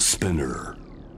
Spinner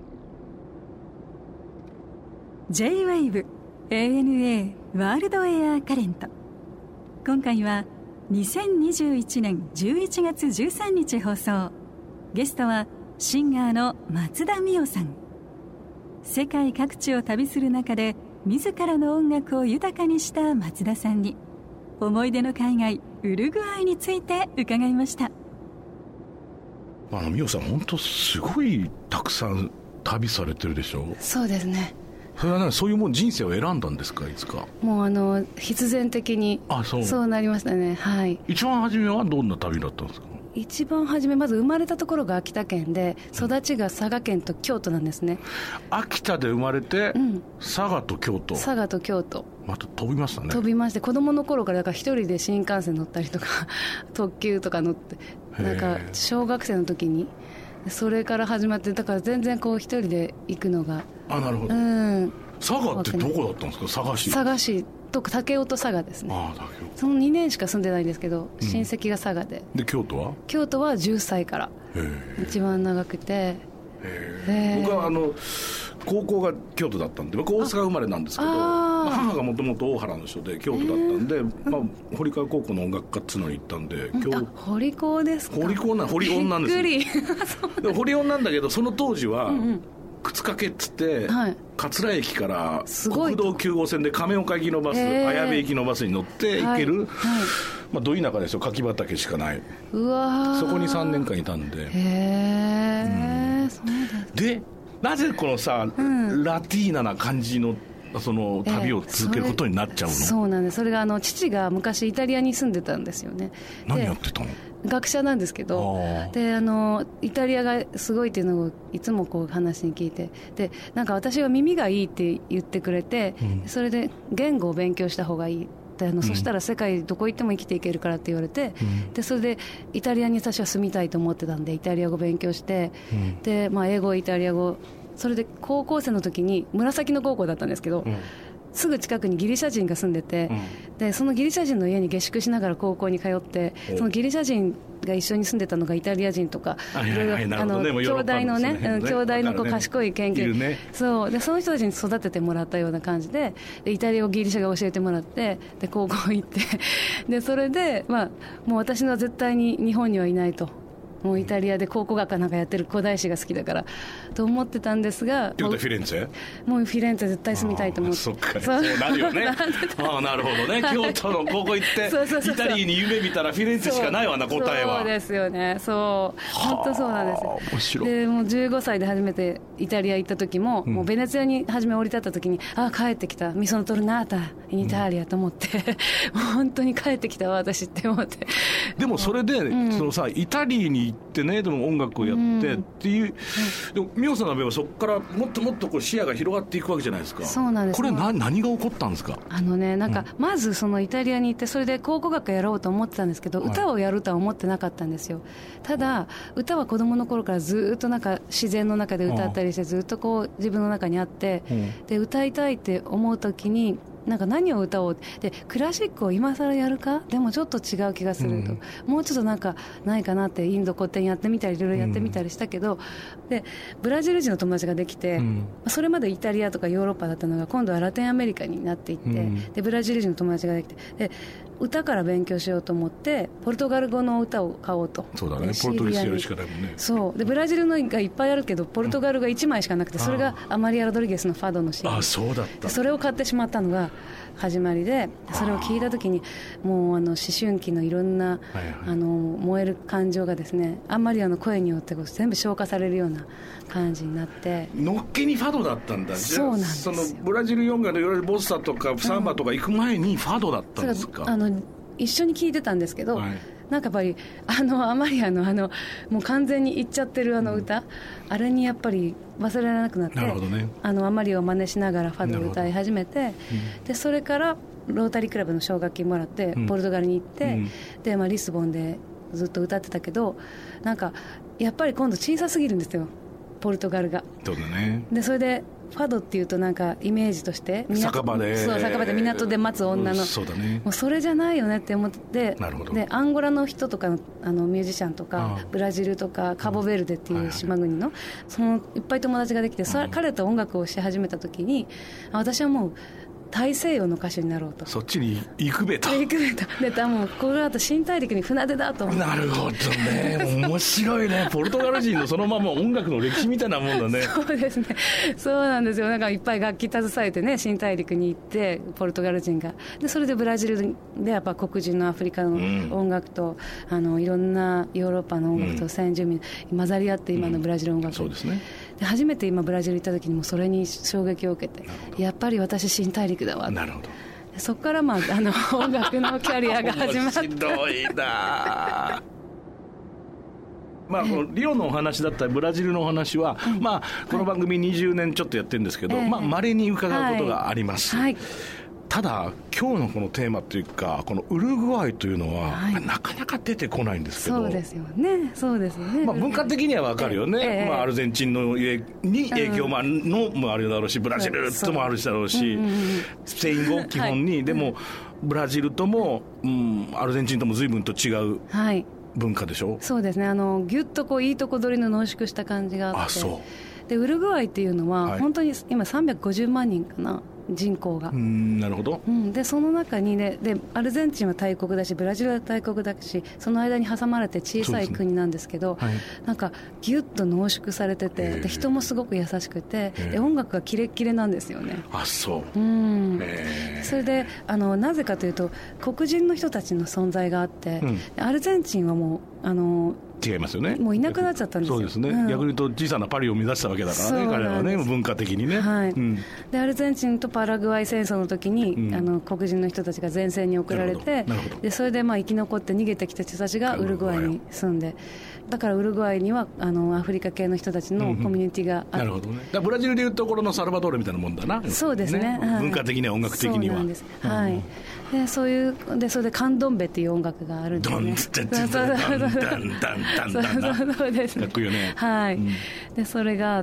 J-WAVE ANA ワールドエアカレント。今回は2021年11月13日放送。ゲストはシンガーの松田美代さん。世界各地を旅する中で自らの音楽を豊かにした松田さんに、思い出の海外ウルグアイについて伺いました。 美代さん本当すごいたくさん旅されてるでしょ。 そうですね。 それはね、そういうもん人生を選んだんですか、いつか。 もう必然的にそうなりましたね。はい。 一番初めはどんな旅だったんですか。 一番初め、まず生まれたところが秋田県で、育ちが佐賀県と京都なんですね。 秋田で生まれて、佐賀と京都。 佐賀と京都。 また飛びましたね。 飛びまして、子供の頃からだから一人で新幹線乗ったりとか特急とか乗って、なんか小学生の時にそれから始まって、だから全然こう一人で行くのが。 なるほど。佐賀ってどこだったんですか。佐賀市。 佐賀市と武雄と佐賀ですね。 武雄。 その2年しか住んでないんですけど、親戚が佐賀で。 で京都は 10歳から一番長くて。 僕は高校が京都だったんで、僕大阪生まれなんですけど、母がもともと大原の人で京都だったんで、堀川高校の音楽科っつうのに行ったんで、 堀高ですか。 堀音なんですよ。びっくり堀音なんだけど、その当時は靴掛けっつって、桂駅から国道9号線で亀岡行きのバス、綾部行きのバスに乗って行ける、ど田舎ですよ。柿畑しかない。 うわ、 そこに3年間いたんで。でなぜこのさ、ラティーナな感じのその旅を続けることになっちゃうの。 そうなんです。それが父が昔イタリアに住んでたんですよね。 何やってたの。 学者なんですけど、でイタリアがすごいっていうのをいつもこう話に聞いて、でなんか私は耳がいいって言ってくれて、それで言語を勉強した方がいいって、そしたら世界どこ行っても生きていけるからって言われて、でそれでイタリアに私は住みたいと思ってたんで、イタリア語勉強して、で英語イタリア語、それで高校生の時に紫の高校だったんですけど、すぐ近くにギリシャ人が住んでて、でそのギリシャ人の家に下宿しながら高校に通って、そのギリシャ人が一緒に住んでたのがイタリア人とか、いろいろ兄弟のね、兄弟の賢い研究、そうでその人たちに育ててもらったような感じで、イタリアをギリシャが教えてもらって、で高校行ってでそれで、もう私のは絶対に日本にはいないと。もうイタリアで考古学かなんかやってる古代史が好きだからと思ってたんですが、 ということはフィレンツェ。 もうフィレンツェ絶対住みたいと思って。 そうなるよね。なるほどね。京都の高校行ってイタリアに夢見たらフィレンツェしかないわな、答えは。 そうですよね。そう本当そうなんです。 面白い。 でもう15歳で初めてイタリア行った時も、もうベネツィアに初め降り立った時に、帰ってきたミソノトルナータインイタリアと思って、もう本当に帰ってきたわ私って思って。 でもそれで、そのさ、イタリアに行ってね、でも音楽をやってっていう、でも美代さんの場合はそこからもっともっとこう視野が広がっていくわけじゃないですか。 そうなんです。 これ何が起こったんですか。 なんかまずそのイタリアに行って、それで考古学やろうと思ってたんですけど、歌をやるとは思ってなかったんですよ。ただ歌は子供の頃からずっとなんか自然の中で歌ったりして、ずっとこう自分の中にあって、で歌いたいって思う時に、なんか何を歌おうで、クラシックを今更やるか、でもちょっと違う気がすると、もうちょっとなんかないかなって、インド古典やってみたりいろいろやってみたりしたけど、でブラジル人の友達ができて、それまでイタリアとかヨーロッパだったのが今度はラテンアメリカになっていって、でブラジル人の友達ができて、で歌から勉強しようと思ってポルトガル語の歌を買おうと。 そうだね、ポルトガルやるしかないもんね。 そうでブラジルのがいっぱいあるけどポルトガルが1枚しかなくて、それがアマリア・ロドリゲスのファドの CD。 そうだった。 それを買ってしまったのが始まりで、それを聞いた時にもう思春期のいろんな、燃える感情がですね、アマリアの声によって全部消化されるような感じになって、 のっけにファドだったんだ。 そうなんですよ。 そのブラジル音楽のいろいろボッサとかサンバとか行く前にファドだったんですか。 一緒に聴いてたんですけど、なんかやっぱりアマリアのもう完全にいっちゃってる歌、あれにやっぱり忘れられなくなって、 なるほどね、 アマリアを真似しながらファドを歌い始めて、でそれからロータリークラブの奨学金もらってポルトガルに行って、でリスボンでずっと歌ってたけど、なんかやっぱり今度小さすぎるんですよ、ポルトガルが。 そうだね。 でそれでファドっていうとなんかイメージとして酒場で港で待つ女の、 そうだね、 もうそれじゃないよねって思って、 なるほど。 でアンゴラの人とかのミュージシャンとかブラジルとかカボベルデっていう島国の、そのいっぱい友達ができて、彼と音楽をし始めた時に、私はもう大西洋の歌手になろうと、 そっちに行くべとで多分この後新大陸に船出だと思って。 なるほどね、面白いね。ポルトガル人のそのまま音楽の歴史みたいなもんだね。 そうですね、そうなんですよ。なんかいっぱい楽器携えてね、新大陸に行ってポルトガル人がで、それでブラジルでやっぱ黒人のアフリカの音楽と、いろんなヨーロッパの音楽と先住民混ざり合って今のブラジル音楽、 そうですね。 で初めて今ブラジル行った時にもそれに衝撃を受けて、やっぱり私新大陸だわ。 なるほど。 そこから音楽のキャリアが始まった。 面白いなまあ、このリオのお話だったりブラジルのお話は、まあ、この番組20年ちょっとやってるんですけど、まあ、稀に伺うことがあります、ただ今日のこのテーマというか、このウルグアイというのは、なかなか出てこないんですけど。 そうですよね、そうですね、 まあ、文化的には分かるよね、まあ、アルゼンチンのに影響もあるだろうし、ブラジルともあるだろうし、スペイン語基本に、でもブラジルとも、アルゼンチンとも随分と違う文化でしょ。 そうですね、ギュッとこういいとこ取りの濃縮した感じがあって。 そうでウルグアイっていうのは、本当に今350万人かな、人口が。 なるほど、 でその中にね、でアルゼンチンは大国だしブラジルは大国だし、その間に挟まれて小さい国なんですけど、なんかギュッと濃縮されてて、で人もすごく優しくて、で音楽がキレッキレなんですよね。 あ、そう。 それでなぜかというと、黒人の人たちの存在があって、アルゼンチンはもう違いますよね。 もういなくなっちゃったんですよ。 そうですね、逆に言うと小さなパリを目指したわけだからね、彼らはね、文化的にね。 でアルゼンチンとパラグアイ戦争の時に、黒人の人たちが前線に送られて、でそれで生き残って逃げてきた人たちがウルグアイに住んで、だからウルグアイにはアフリカ系の人たちのコミュニティがあって、 なるほどね。だブラジルでいうところのサルバドールみたいなもんだな。 そうですね、 文化的には音楽的には。 そうなんです、でそれでカンドンベっていう音楽があるんですね。そうですね、 かっこいいよね。 でそれがあって、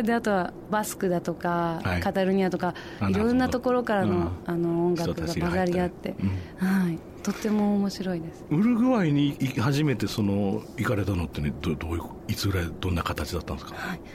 であとはバスクだとか、カタルニアとかいろんなところからの、音楽が混ざり合って、とっても面白いです。 ウルグアイに初めて行かれたのってね、いつぐらい、どんな形だったんですか。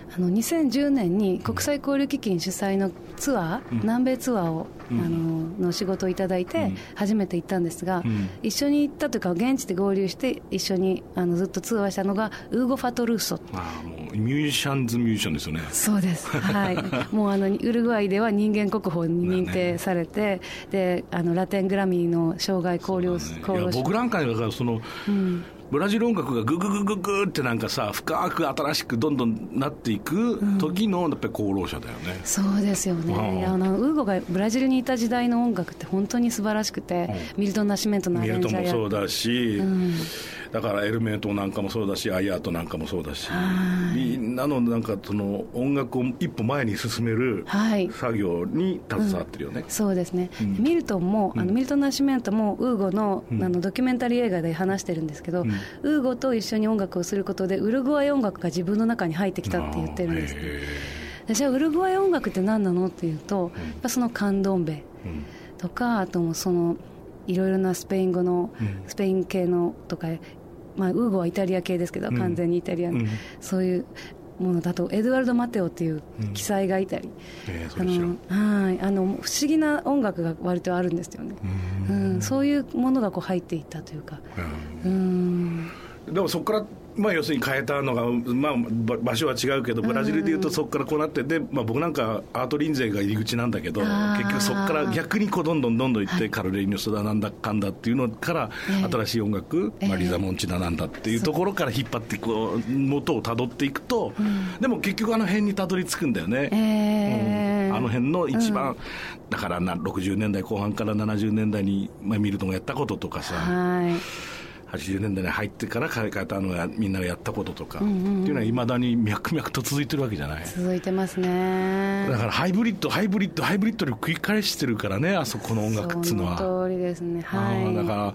2010年に国際交流基金主催のツアー、南米ツアーを、の仕事をいただいて初めて行ったんですが、一緒に行ったというか現地で合流して一緒にずっとツアーしたのがウーゴ・ファトルーソ。 もうミュージシャンズミュージシャンですよね。 そうです、もうウルグアイでは人間国宝に認定されて、でラテングラミーの生涯功労者。 僕なんかだからブラジル音楽がグググググってなんかさ、深く新しくどんどんなっていく時のやっぱり功労者だよね。 そうですよね。ウーゴがブラジルにいた時代の音楽って本当に素晴らしくて、ミルトン・ナシメントのアレンジャーやミルトンもそうだし、だからエルメントなんかもそうだし、アイアートなんかもそうだし、みんなのなんか音楽を一歩前に進める作業に携わってるよね。 そうですね、ミルトンもミルトン・ナシメントもウーゴの、ドキュメンタリー映画で話してるんですけど、ウーゴと一緒に音楽をすることでウルグアイ音楽が自分の中に入ってきたって言ってるんです。じゃあウルグアイ音楽って何なのっていうと、やっぱそのカンドンベとか、あともいろいろなスペイン語の、スペイン系のとか、ウーゴはイタリア系ですけど、完全にイタリア、そういうものだと、エドワルド・マテオっていう記載がいたり、不思議な音楽が割とあるんですよね。そういうものが入っていったというか。でもそこから要するに変えたのが、場所は違うけど、ブラジルでいうとそこからこうなって、で、僕なんかアートリンゼが入り口なんだけど、結局そこから逆にどんどんいって、カルレイニョスだなんだかんだっていうのから、新しい音楽、リザ・モンチだなんだっていうところから引っ張って元をたどっていくと、でも結局辺にたどり着くんだよね。あの辺の一番、だから60年代後半から70年代にミルトンがやったこととかさ、80年代に入ってから変えたのがみんながやったこととか、っていうのはいまだに脈々と続いてるわけじゃない。 続いてますね。 だからハイブリッドで繰り返してるからね、あそこの音楽っていうのは。 その通りですね。だから、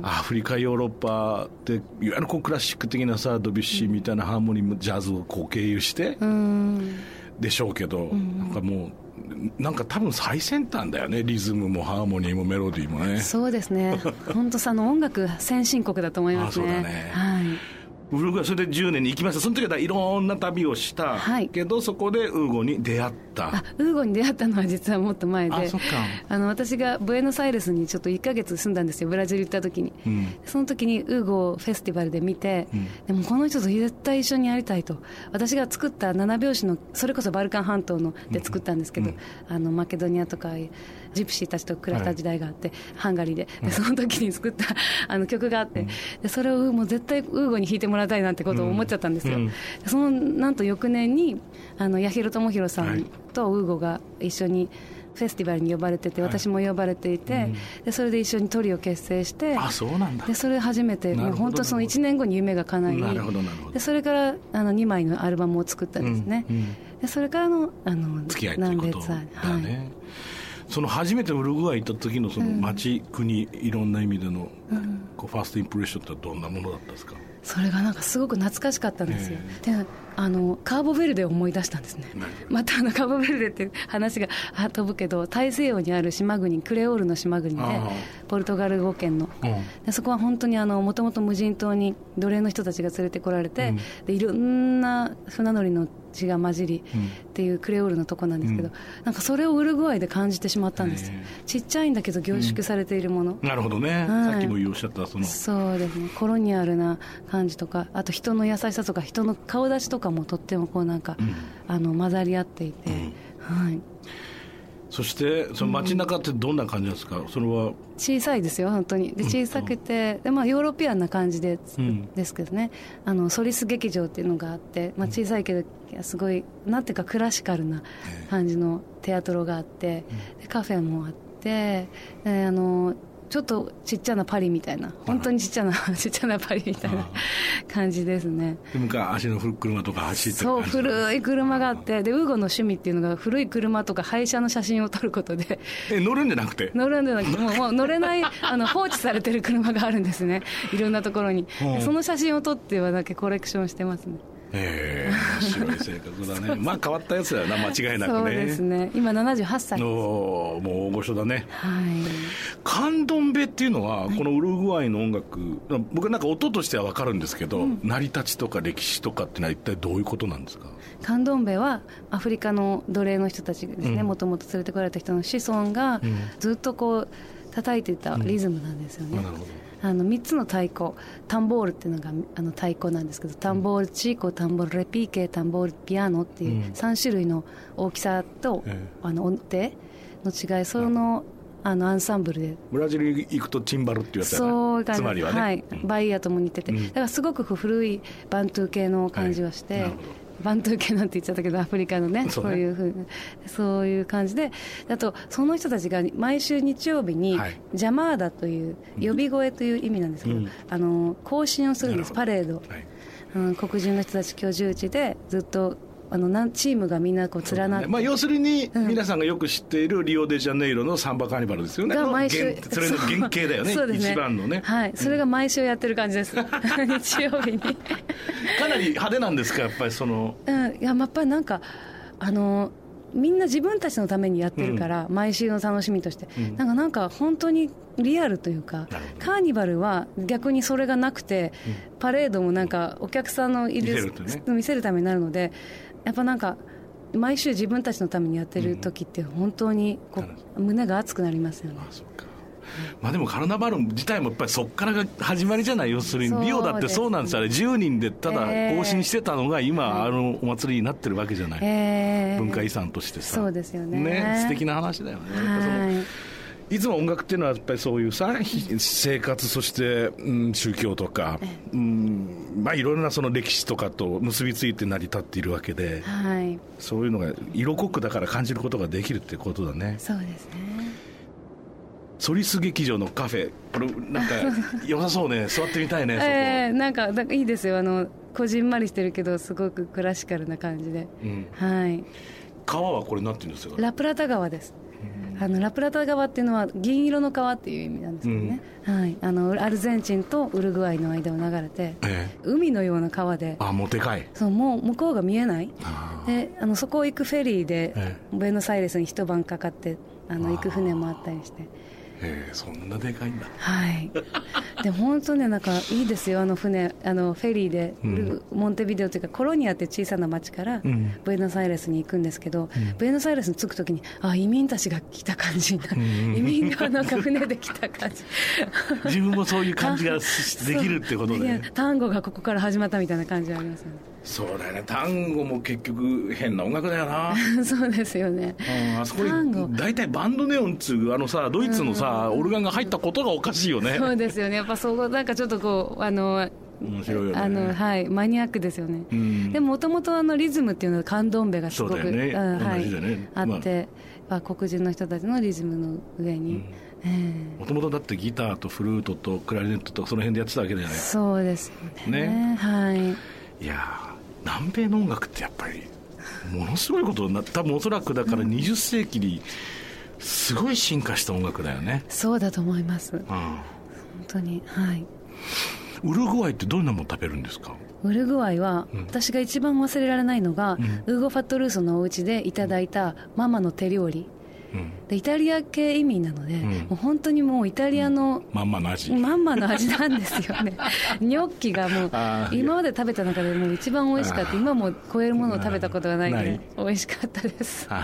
アフリカヨーロッパでいわゆるクラシック的なさ、ドビュッシーみたいなハーモニージャズを経由して、 でしょうけど、なんかもうなんか多分最先端だよね、リズムもハーモニーもメロディーもね。 そうですね本当音楽先進国だと思いますね。 そうだね、 はい。 ウルグアイそれで10年に行きました。その時はいろんな旅をした、はい、けどそこでウーゴに出会った。 ウーゴに出会ったのは実はもっと前で、 そっか。 私がブエノスアイレスにちょっと1ヶ月住んだんですよ、ブラジル行った時に、その時にウーゴをフェスティバルで見て、でもこの人と絶対一緒にやりたいと。私が作った7拍子の、それこそバルカン半島ので作ったんですけど、マケドニアとかジプシーたちと暮らした時代があって、ハンガリーで、その時に作った曲があって、でそれをもう絶対ウーゴに弾いてもらいたいなってことを思っちゃったんですよ、そのなんと翌年に八尋智弘さんとウーゴが一緒にフェスティバルに呼ばれてて、私も呼ばれていて、でそれで一緒にトリを結成して、 そうなんだ。 でそれで初めてもう本当その1年後に夢が叶い、でそれから2枚のアルバムを作ったんですね、でそれからの付き合いということだね、その初めてウルグアイ行った時のその街、国いろんな意味でのファーストインプレッションってどんなものだったんですか？ それがなんかすごく懐かしかったんですよ。でカーボベルデを思い出したんですね。またカーボベルデっていう話が飛ぶけど、大西洋にある島国、クレオールの島国で、ポルトガル語圏の、でそこは本当にもともと無人島に奴隷の人たちが連れてこられて、でいろんな船乗りの血が混じりっていうクレオールのとこなんですけど、なんかそれをウルグアイで感じてしまったんです。ちっちゃいんだけど凝縮されているもの、 なるほどね、さっきもおっしゃったそうですね、コロニアルな感じとか、あと人の優しさとか人の顔立ちとかもとってもこうなんか、混ざり合っていて、はい。 そしてその街中ってどんな感じなんですか？それは小さいですよ本当に。で小さくて、で、ヨーロピアンな感じですけどね、ソリス劇場っていうのがあって、小さいけどすごいなんていうかクラシカルな感じのテアトロがあって、でカフェもあって、ちょっとちっちゃなパリみたいな、本当にちっちゃなパリみたいな感じですね。 昔の車とか走ってる感じ。 そう、古い車があって、でウーゴの趣味っていうのが古い車とか廃車の写真を撮ることで。 乗るんじゃなくてもう乗れない放置されてる車があるんですね、いろんなところに。その写真を撮ってはだけコレクションしてますね。 面白い性格だね変わったやつだよな、間違いなくね。 そうですね、今78歳です。 もう大御所だね。 はい。 カンドンベっていうのは、このウルグアイの音楽、僕なんか音としては分かるんですけど、成り立ちとか歴史とかってのは一体どういうことなんですか？ カンドンベはアフリカの奴隷の人たちですね、もともと連れてこられた人の子孫がずっとこう叩いていたリズムなんですよね。なるほど。3つの太鼓、タンボールっていうのが太鼓なんですけど、タンボールチーコ、タンボールレピーケ、タンボールピアノっていう3種類の大きさと、音程の違い、そのアンサンブルで。 ブラジルに行くとチンバルっていうやつだね。 そうつまりはね、 はい、バイヤーとも似てて、だからすごく古いバントゥー系の感じがして、バントゥー系なんて言っちゃったけど、アフリカのね、そういう感じで、あとその人たちが毎週日曜日にジャマーダという呼び声という意味なんですけど、行進をするんです、パレード、黒人の人たち居住地でずっとチームがみんなこう連なって、 要するに皆さんがよく知っているリオデジャネイロのサンバカーニバルですよね。 毎週それの原型だよね。そうですね、一番のね、 はい、それが毎週やってる感じです日曜日にかなり派手なんですか、やっぱりいや、やっぱりなんかみんな自分たちのためにやってるから、毎週の楽しみとして、なんか本当にリアルというか、カーニバルは逆にそれがなくて、パレードもなんかお客さんの見せるためになるので、やっぱなんか毎週自分たちのためにやってる時って本当にこう胸が熱くなりますよね。 でもカルナバル自体もやっぱりそこからが始まりじゃない。要するにリオだってそうなんですよ、あれ10人でただ行進してたのが今、お祭りになってるわけじゃない、文化遺産としてさ。 そうですよね、 素敵な話だよね。いつも音楽っていうのはやっぱりそういうさ、生活、そして、宗教とか、いろいろなその歴史とかと結びついて成り立っているわけで、そういうのが色濃くだから感じることができるってことだね。 そうですね。 ソリス劇場のカフェ、これなんか良さそうね座ってみたいねなんかいいですよ、こじんまりしてるけどすごくクラシカルな感じで、はい。 川はこれなんていうんですか？ ラプラタ川です。 ラプラタ川っていうのは銀色の川っていう意味なんですけどね、はい、アルゼンチンとウルグアイの間を流れて、海のような川で、 もうでかい、 そうもう向こうが見えないで、そこを行くフェリーで、ブエノスアイレスに一晩かかって行く船もあったりして、 そんなでかいんだ。 はい。で本当ね、なんかいいですよ、船フェリーで、モンテビデオというかコロニアって小さな町からブエノスアイレスに行くんですけど、ブエノスアイレスに着くときに移民たちが来た感じになる、移民がなんか船で来た感じ自分もそういう感じができるってことで、ね、 単語がここから始まったみたいな感じがありますよね。 そうだよね、単語も結局変な音楽だよなそうですよね、 あそこに大体バンドネオンっていうさ、ドイツのさ、オルガンが入ったことがおかしいよね。 そうですよね、やっぱそこなんかちょっとこう面白いよね、はい、マニアックですよね、でももともとリズムっていうのはカンドンベがすごく、 ね、 はい、あって、黒人の人たちのリズムの上に、 もともとだってギターとフルートとクラリネットとその辺でやってたわけだよね。 そうですよ ね、はい、 いや南米の音楽ってやっぱりものすごいことになって、多分おそらくだから20世紀にすごい進化した音楽だよね。 そうだと思います、本当に、はい。 ウルグアイってどんなもの食べるんですか？ ウルグアイは、私が一番忘れられないのが、ウーゴ・ファットルーソのお家でいただいたママの手料理、でイタリア系移民なので、もう本当にもうイタリアの、 まんまの味なんですよねニョッキがもう今まで食べた中でもう一番美味しかった。今も超えるものを食べたことがないので美味しかったです。 そう、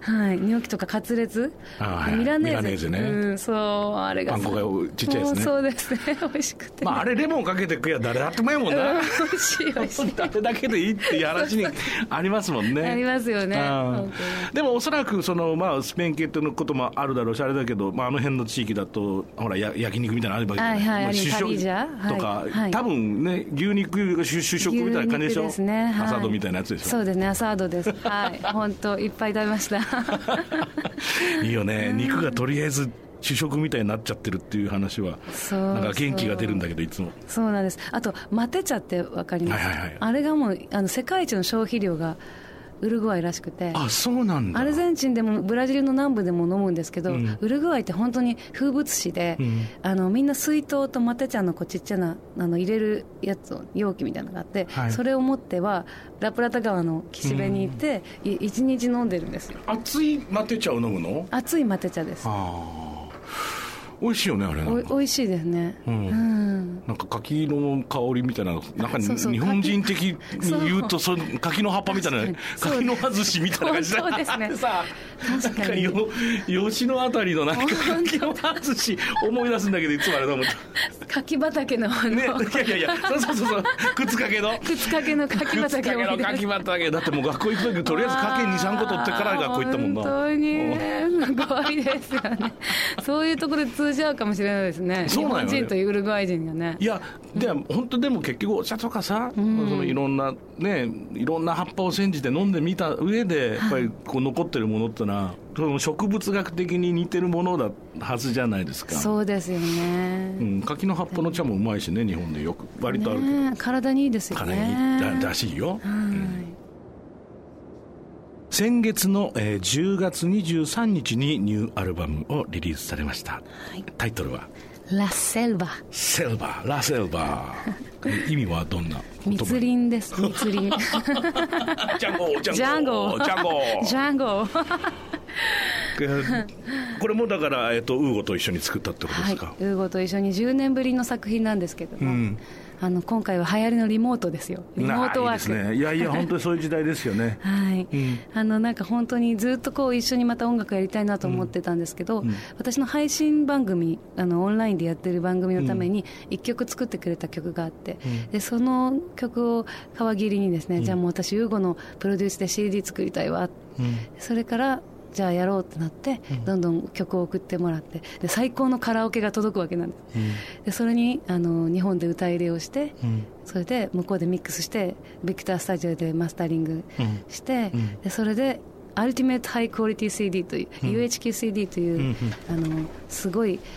はい、ニョッキとかカツレツ、ミラネーゼね、そう、あれがパン粉がちっちゃいですね。 そうですね、美味しくて、 あれレモンかけて食や誰だってうまいもんな、 美味しい美味しいあれだけでいいっていう話にありますもんねありますよね。 でもおそらくスペイン系っていうこともあるだろうし、あれだけど、あの辺の地域だとほら焼肉みたいなのあるわけじゃない、主食とか、多分ね、牛肉が主食みたいな感じでしょ。 ですね、 アサードみたいなやつでしょ。 そうですね、アサードです、はい、本当いっぱい食べましたいいよね、肉がとりあえず主食みたいになっちゃってるっていう話はなんか元気が出るんだけど、いつも。 そうなんです。あとマテ茶って分かります？あれがもう世界一の消費量がウルグアイらしくて。 そうなんだ。 アルゼンチンでもブラジルの南部でも飲むんですけど、ウルグアイって本当に風物詩で、みんな水筒とマテ茶のちっちゃな入れるやつ容器みたいなのがあって、それを持ってはラプラタ川の岸辺に行って、1日飲んでるんですよ。 熱いマテ茶を飲むの？ 熱いマテ茶です。 美味しいよね、あれ。 美味しいですね、 なんか柿の香りみたいな、なんか日本人的に言うと柿の葉っぱみたいな、柿の葉寿司みたいな感じで、 そうですね確かに吉野あたりのなんか柿の葉寿司思い出すんだけど、いつもあれだもん柿畑のいやそう靴掛けの柿畑を柿畑だって、もう学校行く時とりあえず柿 2,3 個取ってから学校行ったもんな。 本当にすごいですよねそういうところで通じ合うかもしれないですね、日本人とウルグアイ人がね。 いや本当でも結局お茶とかさ、いろんな葉っぱを煎じて飲んでみた上で、やっぱりこう残ってるものってのはその植物学的に似てるものだはずじゃないですか。 そうですよね、 柿の葉っぱの茶もうまいしね、日本でよく割とあるけど、 体にいいですよね。 体にいいらしいよ。先月の10月23日にニューアルバムをリリースされました、タイトルはラセルバ。 ラセルバ意味はどんな？ 密林です。密林ジャンゴこれもだから、ウーゴと一緒に作ったってことですか？ ウーゴと一緒に10年ぶりの作品なんですけども、今回は流行りのリモートですよ。リモートワーク。 いいですね。いや本当にそういう時代ですよねはい、なんか本当にずっとこう一緒にまた音楽やりたいなと思ってたんですけど、私の配信番組、オンラインでやってる番組のために1曲作ってくれた曲があって、でその曲を皮切りにですね、じゃあもう私ウーゴのプロデュースで CD 作りたいわ、それからじゃあやろうってなって、どんどん曲を送ってもらって、で最高のカラオケが届くわけなんです、でそれに日本で歌入れをして、それで向こうでミックスしてビクタースタジオでマスタリングして、でそれでアルティメットハイクオリティ CD という、UHQ CD という、すごい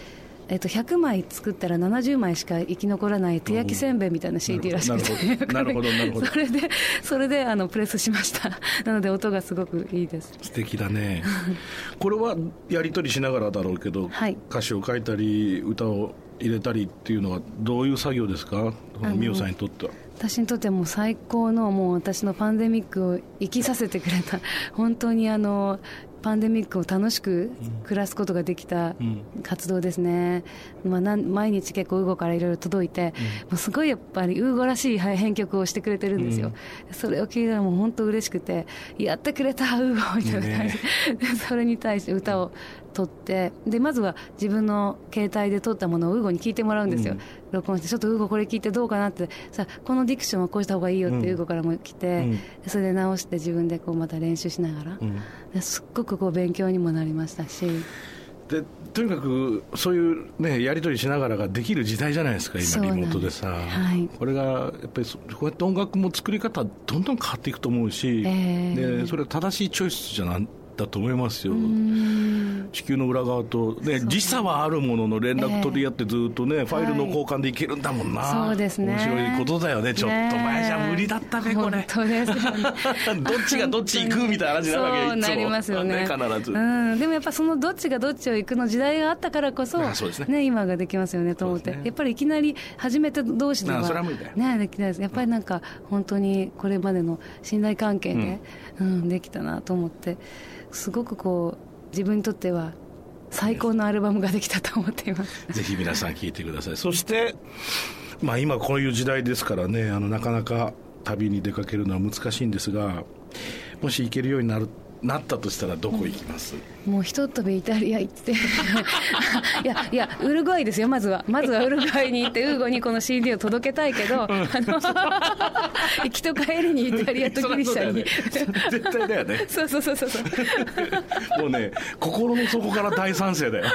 100枚作ったら70枚しか生き残らない手焼きせんべいみたいな CD らしくて、 なるほどそれでプレスしましたなので音がすごくいいです。 素敵だねこれはやり取りしながらだろうけど、はい、歌詞を書いたり歌を入れたりっていうのはどういう作業ですか、美桜さんにとっては。 私にとってはもう最高の、もう私のパンデミックを生きさせてくれた本当にパンデミックを楽しく暮らすことができた活動ですね、毎日結構ウーゴからいろいろ届いて、もうすごいやっぱりウーゴらしい編曲をしてくれてるんですよ、それを聞いたらもう本当嬉しくて、やってくれたウーゴみたいな感じで、それに対して歌を撮って、でまずは自分の携帯で撮ったものをウーゴに聞いてもらうんですよ、録音して、ちょっとウーゴこれ聞いてどうかなって、さこのディクションはこうした方がいいよってウーゴからも来て、それで直して自分でこうまた練習しながら、すっごくこう勉強にもなりましたし、 でとにかくそういう、ね、やり取りしながらができる時代じゃないですか今リモートでさ、はい、これがやっぱりこうやって音楽も作り方どんどん変わっていくと思うし、でそれは正しいチョイスじゃなんだと思いますよ。地球の裏側と、ね、時差はあるものの連絡取り合ってずっとねファイルの交換でいけるんだもんな、 そうですね、 面白いことだよね。ちょっと前じゃ無理だったねこれ。 本当ですよねどっちがどっち行くみたいな話になるわけ、いつも。 そうなりますよね、 必ず、 でもやっぱそのどっちがどっちを行くの時代があったからこそ、 そうですね、 今ができますよねと思って、やっぱりいきなり初めて同士ではそれは無理だよ、 ね、できないです。やっぱりなんか本当にこれまでの信頼関係で、できたなと思って、すごくこう自分にとっては最高のアルバムができたと思っています。 ぜひ皆さん聴いてください。そして、今こういう時代ですからね、なかなか旅に出かけるのは難しいんですが、もし行けるようになったとしたらどこ行きます？ もうひとっ飛びイタリア行っていやウルグアイですよ。まずはウルグアイに行ってウーゴにこの CD を届けたいけど、行きと帰りにイタリアとギリシャに、 絶対だよねそうもうね、心の底から大賛成だよいや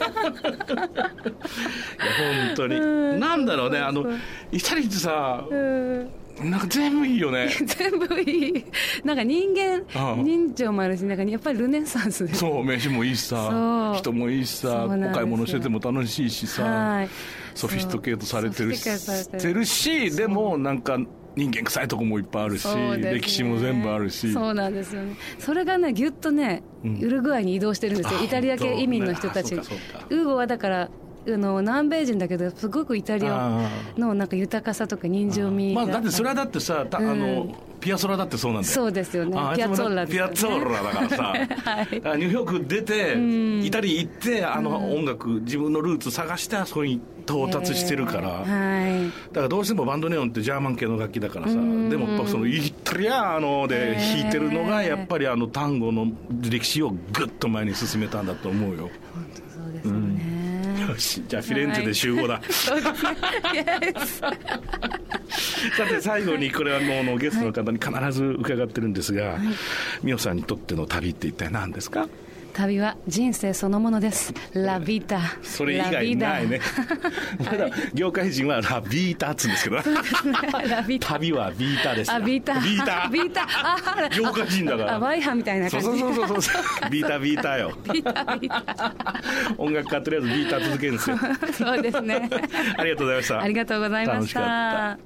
本当になんだろうね、イタリアってさ、なんか全部いいよね全部いい。なんか人情もあるし、なんかやっぱりルネサンスで、 そう飯もいいしさ、人もいいしさ、お買い物してても楽しいしさ、ソフィストケートされてるし、でもなんか人間臭いとこもいっぱいあるし、歴史も全部あるし、 そうなんですよね。それがねギュッとね、ウルグアイに移動してるんですよ、イタリア系移民の人たち。ウーゴはだから南米人だけどすごくイタリアのなんか豊かさとか人情味が、 だってそれはだってさ、ピアソラだってそうなんだよ。 そうですよね、ピアツォッラですよね。 ピアツォッラだからさ、ニューヨーク出て、イタリア行って音楽、自分のルーツ探してあそこに到達してるから、だからどうしてもバンドネオンってジャーマン系の楽器だからさ、でもやっぱそのイタリアで弾いてるのがやっぱり単語の歴史をぐっと前に進めたんだと思うよ。 本当そうですよね。 よし、じゃあフィレンツェで集合だ、 そうですねさて最後にこれはもうゲストの方に必ず伺ってるんですが、美桜さんにとっての旅って一体何ですか？ 旅は人生そのものです。ラビータ。 それ以外ないねまだ業界人はラビータっつうんですけどそうですね、ラビータ。 旅はビータですよ。 ビータ業界人だからワイハみたいな感じ。 そうビータよビータ音楽家とりあえずビータ続けるんですよそうですねありがとうございました。 ありがとうございました。 楽しかった。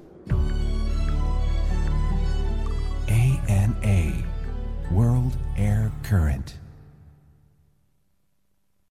ANA World Air Current